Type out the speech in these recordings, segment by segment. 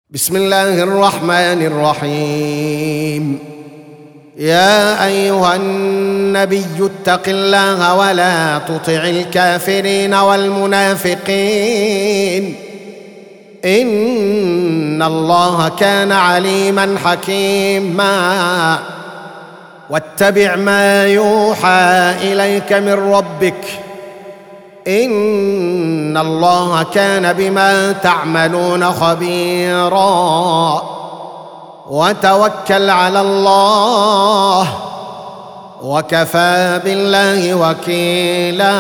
بسم الله الرحمن الرحيم. يا أيها النبي اتق الله ولا تطع الكافرين والمنافقين إن الله كان عليما حكيما. واتبع ما يوحى إليك من ربك إن الله كان بما تعملون خبيرا. وتوكل على الله وكفى بالله وكيلا.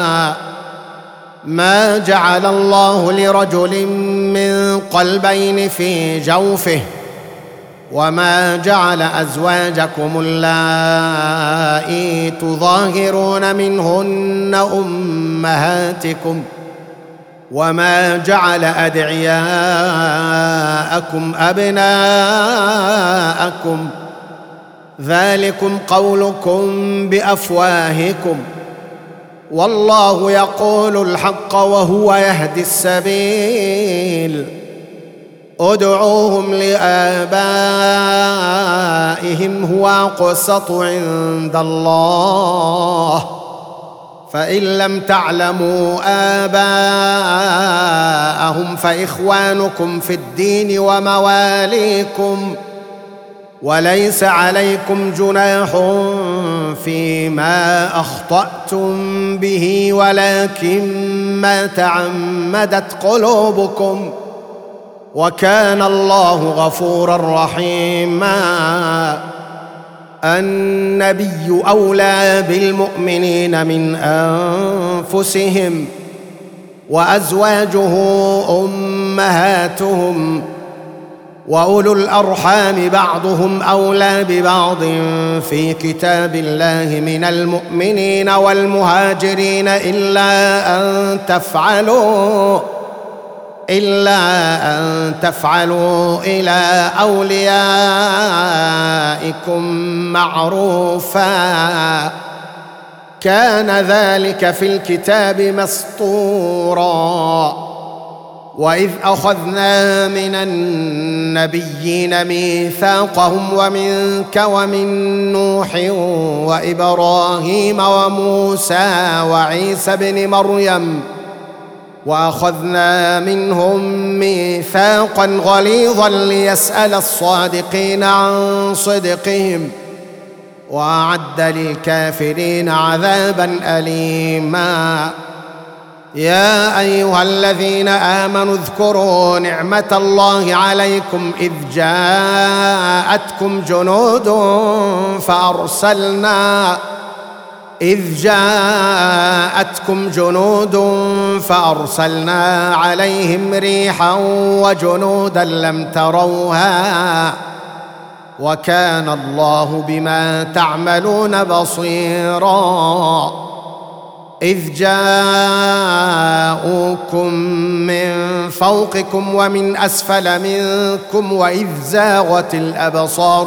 ما جعل الله لرجل من قلبين في جوفه وما جعل أزواجكم اللائي تظاهرون منهن أمهاتكم وما جعل أدعياءكم أبناءكم ذلكم قولكم بأفواهكم والله يقول الحق وهو يهدي السبيل. ادعوهم لآبائهم هو أقسط عند الله فإن لم تعلموا آباءهم فإخوانكم في الدين ومواليكم وليس عليكم جناح فيما أخطأتم به ولكن ما تعمدت قلوبكم وكان الله غفورا رحيما. النبي أولى بالمؤمنين من أنفسهم وأزواجه أمهاتهم وأولو الأرحام بعضهم أولى ببعض في كتاب الله من المؤمنين والمهاجرين إلا أن تفعلوا إلى أوليائكم معروفا كان ذلك في الكتاب مسطورا. وإذ أخذنا من النبيين ميثاقهم ومنك ومن نوح وإبراهيم وموسى وعيسى بن مريم وأخذنا منهم ميثاقا غليظا ليسأل الصادقين عن صدقهم وأعد للكافرين عذابا أليما. يا أيها الذين آمنوا اذكروا نعمة الله عليكم إذ جاءتكم جنود فأرسلنا عليهم ريحا وجنودا لم تروها وكان الله بما تعملون بصيرا. إذ جاءوكم من فوقكم ومن أسفل منكم وإذ زاغت الأبصار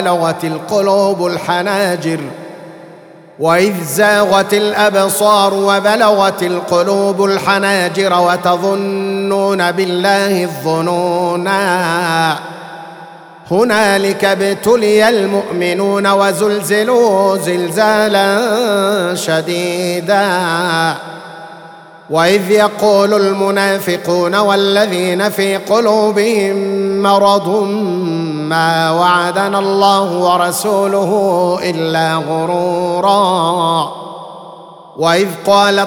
وبلغت القلوب الحناجر وتظنون بالله الظنونا. هنالك ابتلي المؤمنون وزلزلوا زلزالا شديدا. وإذ يقول المنافقون والذين في قلوبهم مرض ما وعدنا الله ورسوله إلا غرورا. وإذ قالت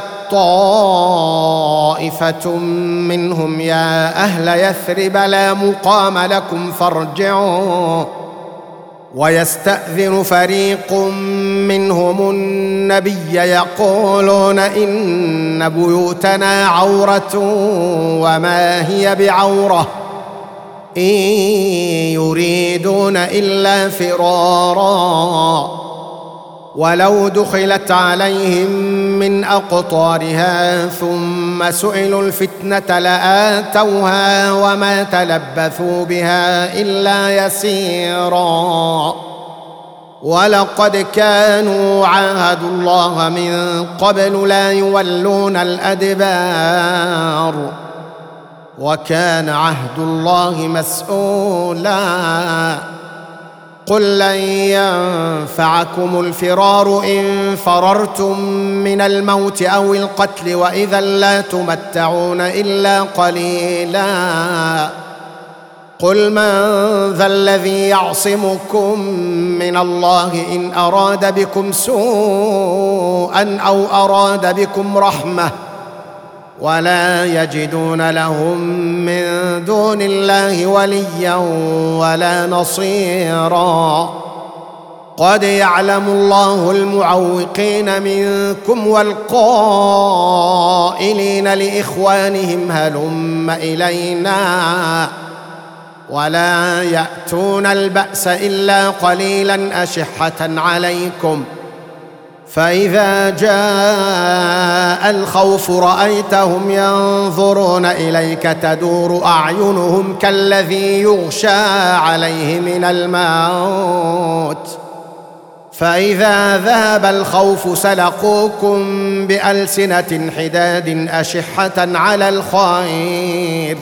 طائفة منهم يا أهل يثرب لا مقام لكم فارجعوا ويستأذن فريق منهم النبي يقولون إن بيوتنا عورة وما هي بعورة إن يريدون إلا فرارا. ولو دخلت عليهم من أقطارها ثم سئلوا الفتنة لآتوها وما تلبثوا بها إلا يسيرا. ولقد كانوا عاهدوا الله من قبل لا يولون الأدبار وكان عهد الله مسؤولا. قل لن ينفعكم الفرار إن فررتم من الموت أو القتل وإذا لا تمتعون إلا قليلا. قل من ذا الذي يعصمكم من الله إن أراد بكم سوءا أو أراد بكم رحمة ولا يجدون لهم من دون الله وليا ولا نصيرا. قد يعلم الله المعوقين منكم والقائلين لإخوانهم هلم إلينا ولا يأتون البأس إلا قليلا أشحة عليكم. فإذا جاء الخوف رأيتهم ينظرون إليك تدور أعينهم كالذي يغشى عليه من الموت فإذا ذهب الخوف سلقوكم بألسنة حداد أشحة على الخير.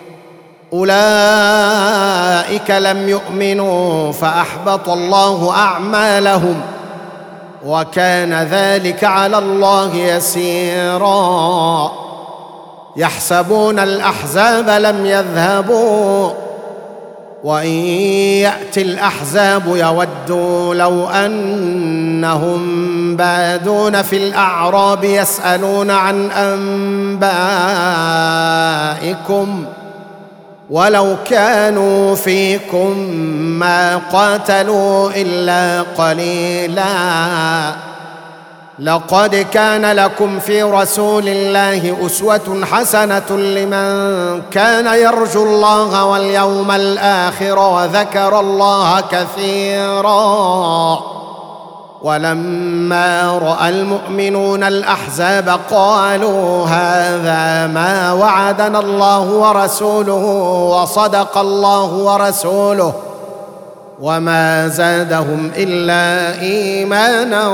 أولئك لم يؤمنوا فأحبط الله أعمالهم وكان ذلك على الله يسيرا. يحسبون الأحزاب لم يذهبوا وإن يأتي الأحزاب يودوا لو أنهم بادون في الأعراب يسألون عن أنبائكم ولو كانوا فيكم ما قاتلوا إلا قليلا. لقد كان لكم في رسول الله أسوة حسنة لمن كان يرجو الله واليوم الآخر وذكر الله كثيرا. ولما رأى المؤمنون الأحزاب قالوا هذا ما وعدنا الله ورسوله وصدق الله ورسوله وما زادهم إلا إيمانا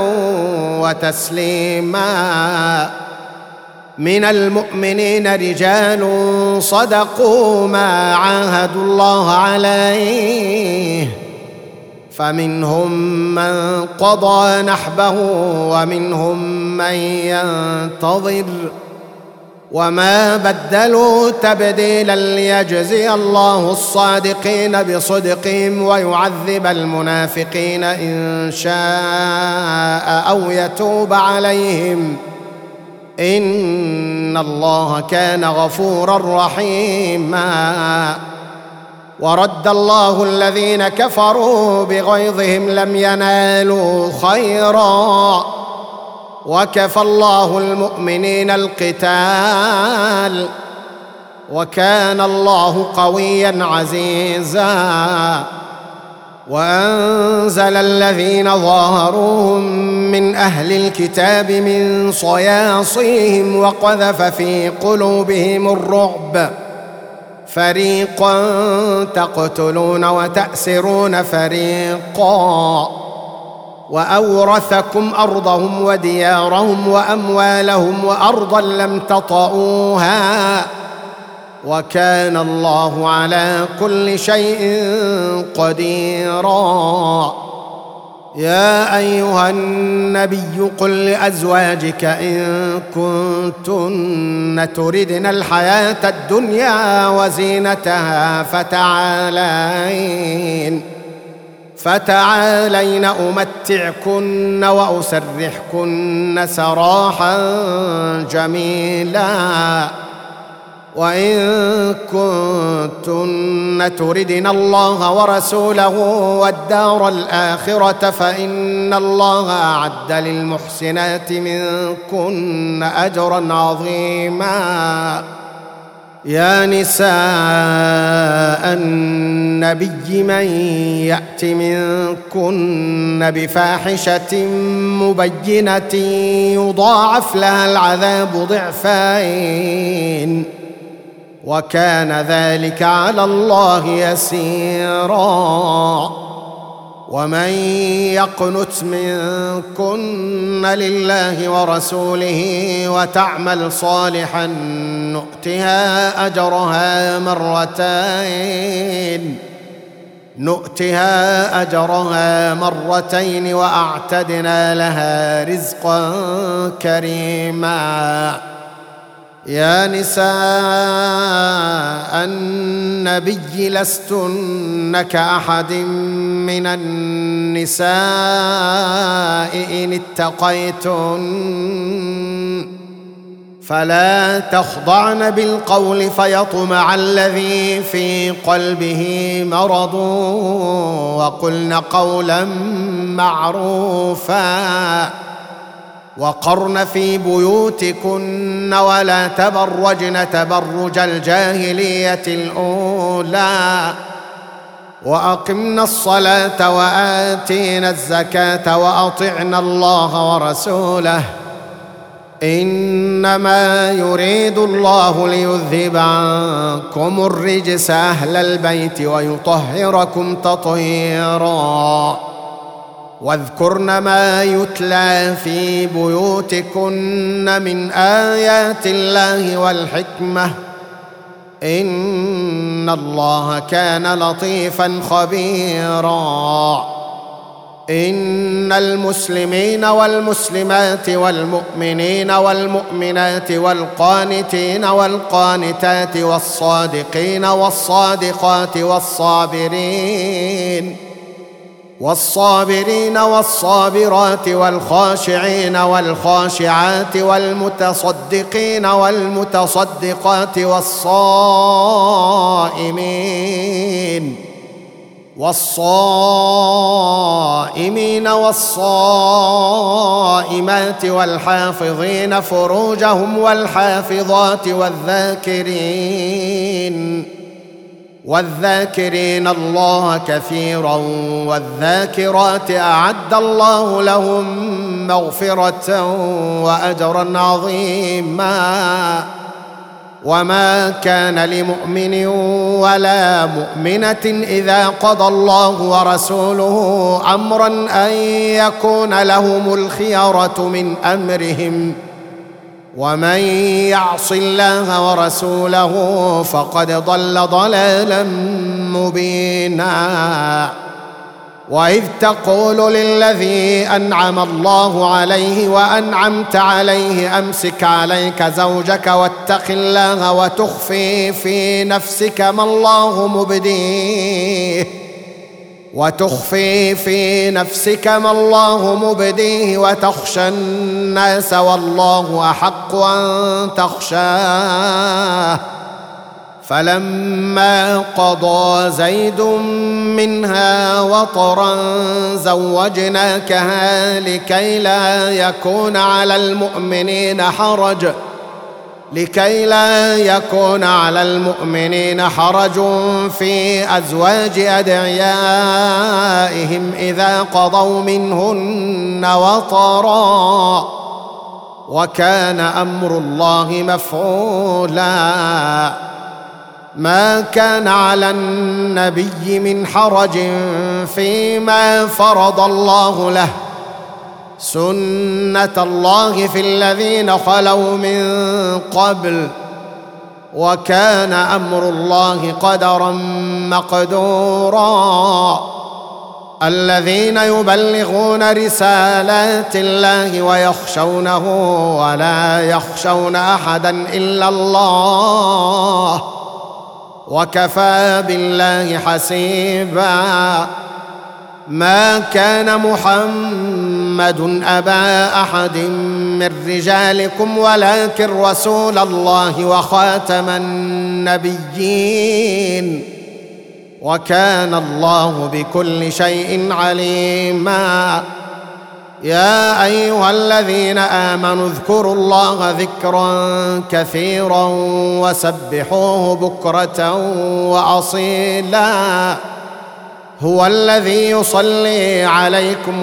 وتسليما. من المؤمنين رجال صدقوا ما عاهدوا الله عليه فمنهم من قضى نحبه ومنهم من ينتظر وما بدلوا تبديلا ليجزي الله الصادقين بصدقهم ويعذب المنافقين إن شاء أو يتوب عليهم إن الله كان غفورا رحيما. ورد الله الذين كفروا بغيظهم لم ينالوا خيرا وكفى الله المؤمنين القتال وكان الله قويا عزيزا. وأنزل الذين ظاهروهم من أهل الكتاب من صياصيهم وقذف في قلوبهم الرعب فريقا تقتلون وتأسرون فريقا وأورثكم أرضهم وديارهم وأموالهم وأرضا لم تطئوها وكان الله على كل شيء قديرا. يا أيها النبي قل لأزواجك إن كنتن تردن الحياة الدنيا وزينتها فتعالين أمتعكن وأسرحكن سراحا جميلا. وإن كنتن تردن الله ورسوله والدار الآخرة فإن الله أعد للمحسنات منكن أجرا عظيما. يا نساء النبي من يأت منكن بفاحشة مبينة يضاعف لها العذاب ضعفين وكان ذلك على الله يسيرا. ومن يقنت منكن لله ورسوله وتعمل صالحا نؤتها أجرها مرتين وأعتدنا لها رزقا كريما. يا نساء النبي لستن كأحد من النساء إن اتقيتن فلا تخضعن بالقول فيطمع الذي في قلبه مرض وقلن قولا معروفا وقرن في بيوتكن ولا تبرجن تبرج الجاهلية الأولى وأقمنا الصلاة وآتينا الزكاة وأطعنا الله ورسوله إنما يريد الله ليذهب عنكم الرجس أهل البيت ويطهركم تطهيرا. واذكرن ما يتلى في بيوتكن من آيات الله والحكمة إن الله كان لطيفا خبيرا. إن المسلمين والمسلمات والمؤمنين والمؤمنات والقانتين والقانتات والصادقين والصادقات والصابرين والصابرات والخاشعين والخاشعات والمتصدقين والمتصدقات والصائمين والصائمات والحافظين فروجهم والحافظات والذاكرين الله كثيرا والذاكرات أعد الله لهم مغفرة وأجرا عظيما. وما كان لمؤمن ولا مؤمنة إذا قضى الله ورسوله أمرا أن يكون لهم الخيرة من أمرهم ومن يعص الله ورسوله فقد ضل ضلالا مبينا. وإذ تقول للذي أنعم الله عليه وأنعمت عليه أمسك عليك زوجك واتق الله وتخفي في نفسك ما الله مبديه وتخشى الناس والله أحق أن تخشاه. فلما قضى زيد منها وطرا زوجناكها لكي لا يكون على المؤمنين حرج في أزواج أدعيائهم إذا قضوا منهن وطرا وكان أمر الله مفعولا. ما كان على النبي من حرج فيما فرض الله له سنة الله في الذين خلوا من قبل وكان أمر الله قدرا مقدورا. الذين يبلغون رسالات الله ويخشونه ولا يخشون أحدا إلا الله وكفى بالله حسيبا. ما كان محمد أبا أحد من رجالكم ولكن رسول الله وخاتم النبيين وكان الله بكل شيء عليما. يا أيها الذين آمنوا اذكروا الله ذكرا كثيرا وسبحوه بكرة وأصيلا. هو الذي يصلي عليكم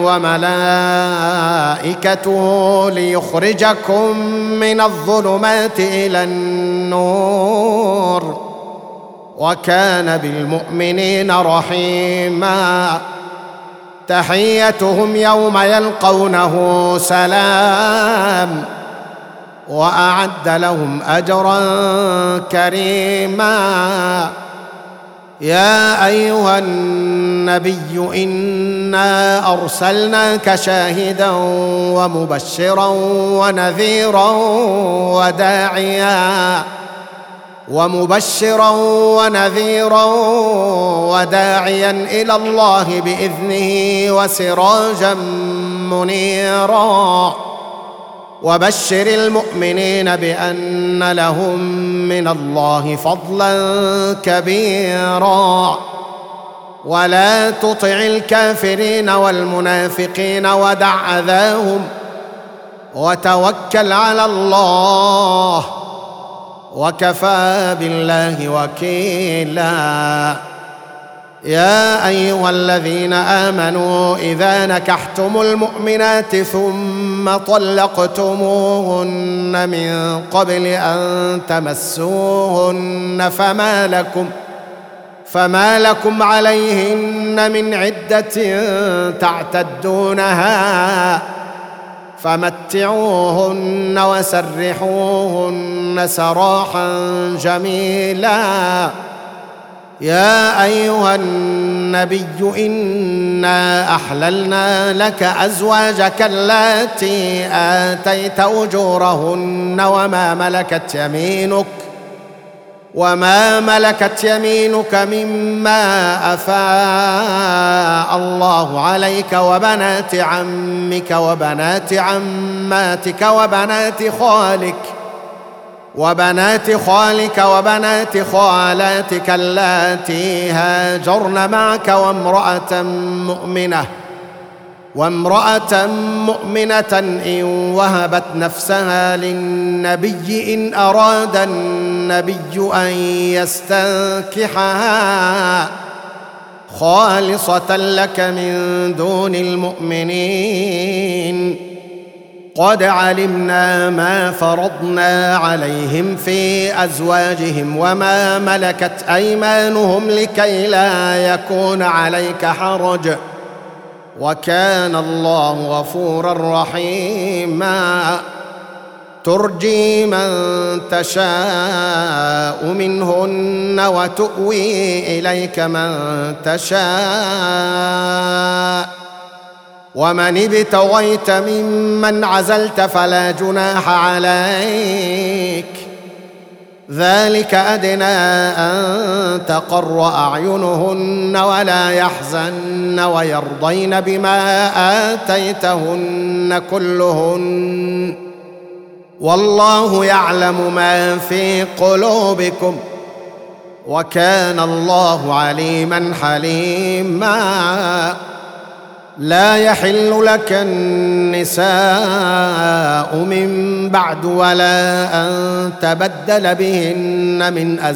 وملائكته ليخرجكم من الظلمات إلى النور وكان بالمؤمنين رحيما. تحيتهم يوم يلقونه سلام وأعد لهم أجرا كريما. يا أيها النبي إنا أرسلناك شاهدا ومبشرا ونذيرا وداعيا إلى الله بإذنه وسراجا منيرا. وبشر المؤمنين بأن لهم من الله فضلا كبيرا. ولا تطع الكافرين والمنافقين ودع أذاهم وتوكل على الله وكفى بالله وكيلا. يا أيها الذين آمنوا إذا نكحتم المؤمنات ثم طلقتموهن من قبل أن تمسوهن فما لكم عليهن من عدة تعتدونها فمتعوهن وسرحوهن سراحا جميلا. يا أيها النبي إنا أحللنا لك أزواجك اللاتي آتيت أجورهن وما ملكت يمينك مما أفاء الله عليك وبنات عمك وبنات عماتك وبنات خالك وبنات خالاتك اللاتي هاجرن معك وامرأة مؤمنة إن وهبت نفسها للنبي إن أراد النبي أن يستنكحها خالصة لك من دون المؤمنين. قد علمنا ما فرضنا عليهم في أزواجهم وما ملكت أيمانهم لكي لا يكون عليك حرج وكان الله غفورا رحيما. ترجي من تشاء منهن وتؤوي إليك من تشاء ومن ابتغيت ممن عزلت فلا جناح عليك. ذلك أدنى أن تقر أعينهن ولا يحزن ويرضين بما آتيتهن كلهن والله يعلم ما في قلوبكم وكان الله عليما حليما. لا يحل لك النساء من بعد ولا أن تبدل بهن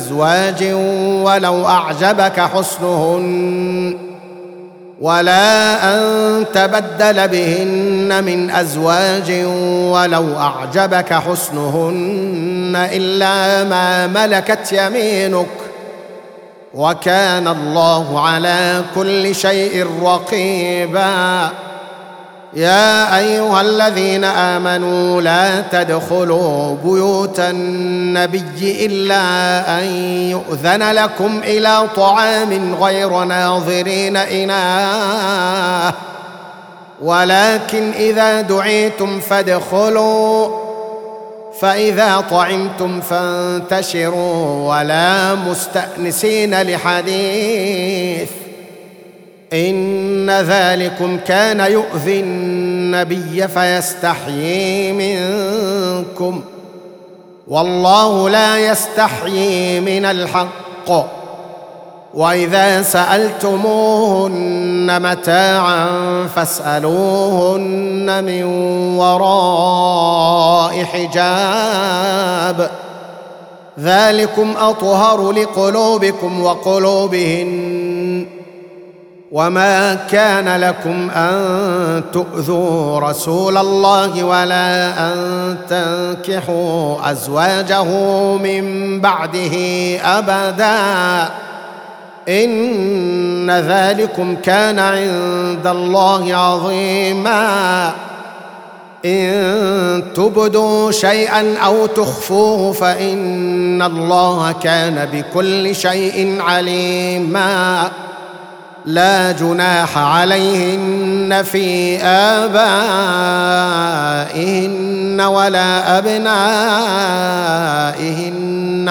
من أزواج ولو أعجبك حسنهن إلا ما ملكت يمينك وكان الله على كل شيء رقيبا. يا أيها الذين آمنوا لا تدخلوا بيوت النبي إلا أن يؤذن لكم إلى طعام غير ناظرين إناه ولكن إذا دعيتم فادخلوا فإذا طعمتم فانتشروا ولا مستأنسين لحديث إن ذلكم كان يؤذي النبي فيستحيي منكم والله لا يستحيي من الحق. وإذا سألتموهن متاعا فاسألوهن من وراء حجاب ذلكم أطهر لقلوبكم وقلوبهن. وما كان لكم أن تؤذوا رسول الله ولا أن تنكحوا أزواجه من بعده أبدا إن إن ذلكم كان عند الله عظيما إن تبدوا شيئا أو تخفوه فإن الله كان بكل شيء عليما لا جناح عليهن في آبائهن ولا أبنائهن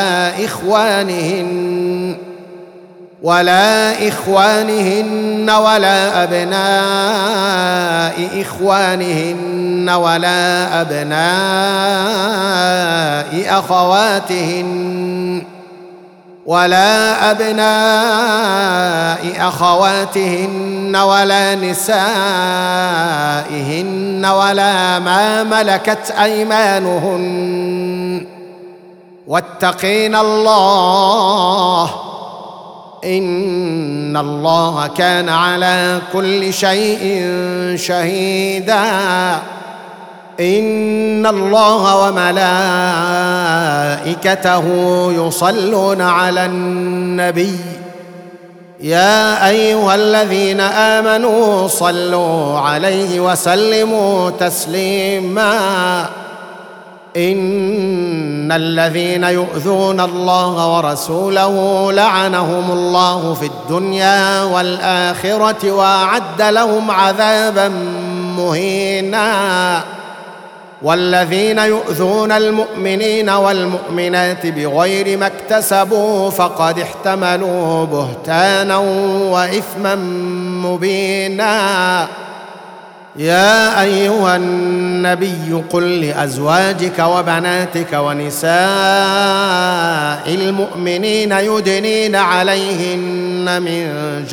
ولا إخوانهن ولا أبناء إخوانهن ولا أبناء أخواتهن ولا نسائهن ولا ما ملكت أيمانهن واتقين الله إن الله كان على كل شيء شهيدا إن الله وملائكته يصلون على النبي يا أيها الذين آمنوا صلوا عليه وسلموا تسليما إن الذين يؤذون الله ورسوله لعنهم الله في الدنيا والآخرة وأعد لهم عذابا مهينا والذين يؤذون المؤمنين والمؤمنات بغير ما اكتسبوا فقد احتملوا بهتانا وإثما مبينا يا أيها النبي قل لأزواجك وبناتك ونساء المؤمنين يدنين عليهن من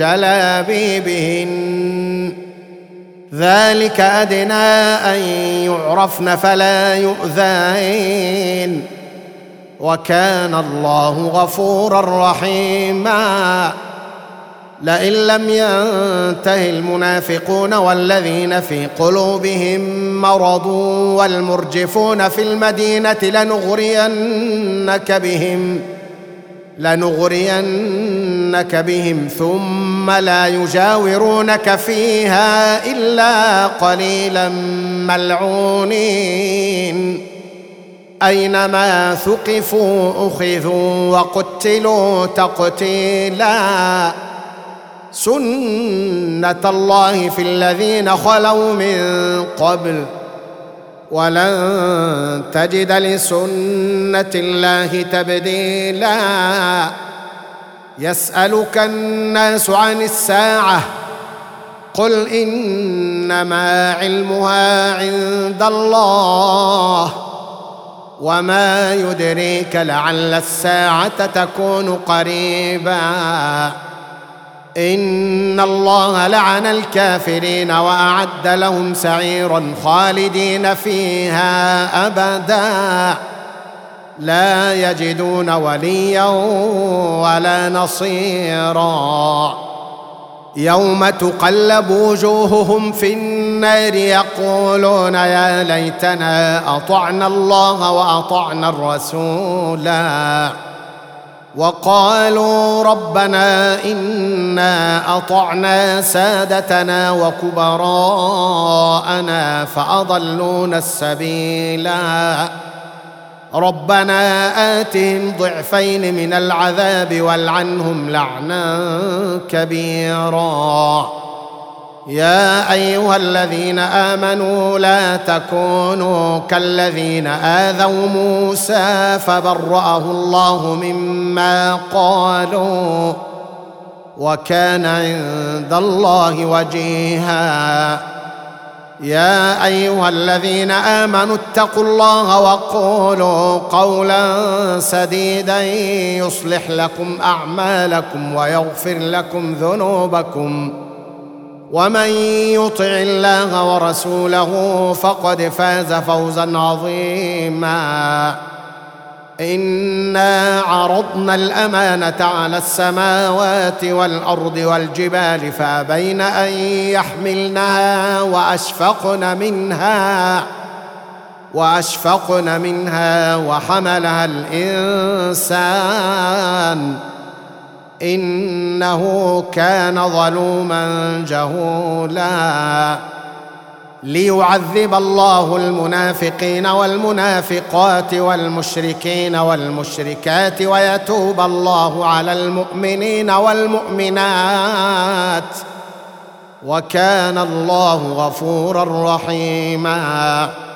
جلابيبهن ذلك أدنى أن يعرفن فلا يؤذين وكان الله غفورا رحيما لئن لم ينته المنافقون والذين في قلوبهم مرض والمرجفون في المدينة لنغرينك بهم ثم لا يجاورونك فيها إلا قليلا ملعونين أينما ثقفوا أخذوا وقتلوا تقتيلا سنة الله في الذين خلوا من قبل ولن تجد لسنة الله تبديلا يسألك الناس عن الساعة قل إنما علمها عند الله وما يدريك لعل الساعة تكون قريبا إن الله لعن الكافرين وأعد لهم سعيرا خالدين فيها أبدا لا يجدون وليا ولا نصيرا يوم تقلب وجوههم في النار يقولون يا ليتنا أطعنا الله وأطعنا الرسولا وقالوا ربنا إنا أطعنا سادتنا وكبراءنا فأضلونا السبيلا ربنا آتهم ضعفين من العذاب والعنهم لعنا كبيرا يا أيها الذين آمنوا لا تكونوا كالذين آذوا موسى فبرأه الله مما قالوا وكان عند الله وجيها يا أيها الذين آمنوا اتقوا الله وقولوا قولا سديدا يصلح لكم أعمالكم ويغفر لكم ذنوبكم ومن يطع الله ورسوله فقد فاز فوزا عظيما إنا عرضنا الأمانة على السماوات والأرض والجبال فأبين أن يحملنها وأشفقن منها وحملها الإنسان إنه كان ظلوما جهولا. ليعذب الله المنافقين والمنافقات والمشركين والمشركات ويتوب الله على المؤمنين والمؤمنات، وكان الله غفورا رحيما.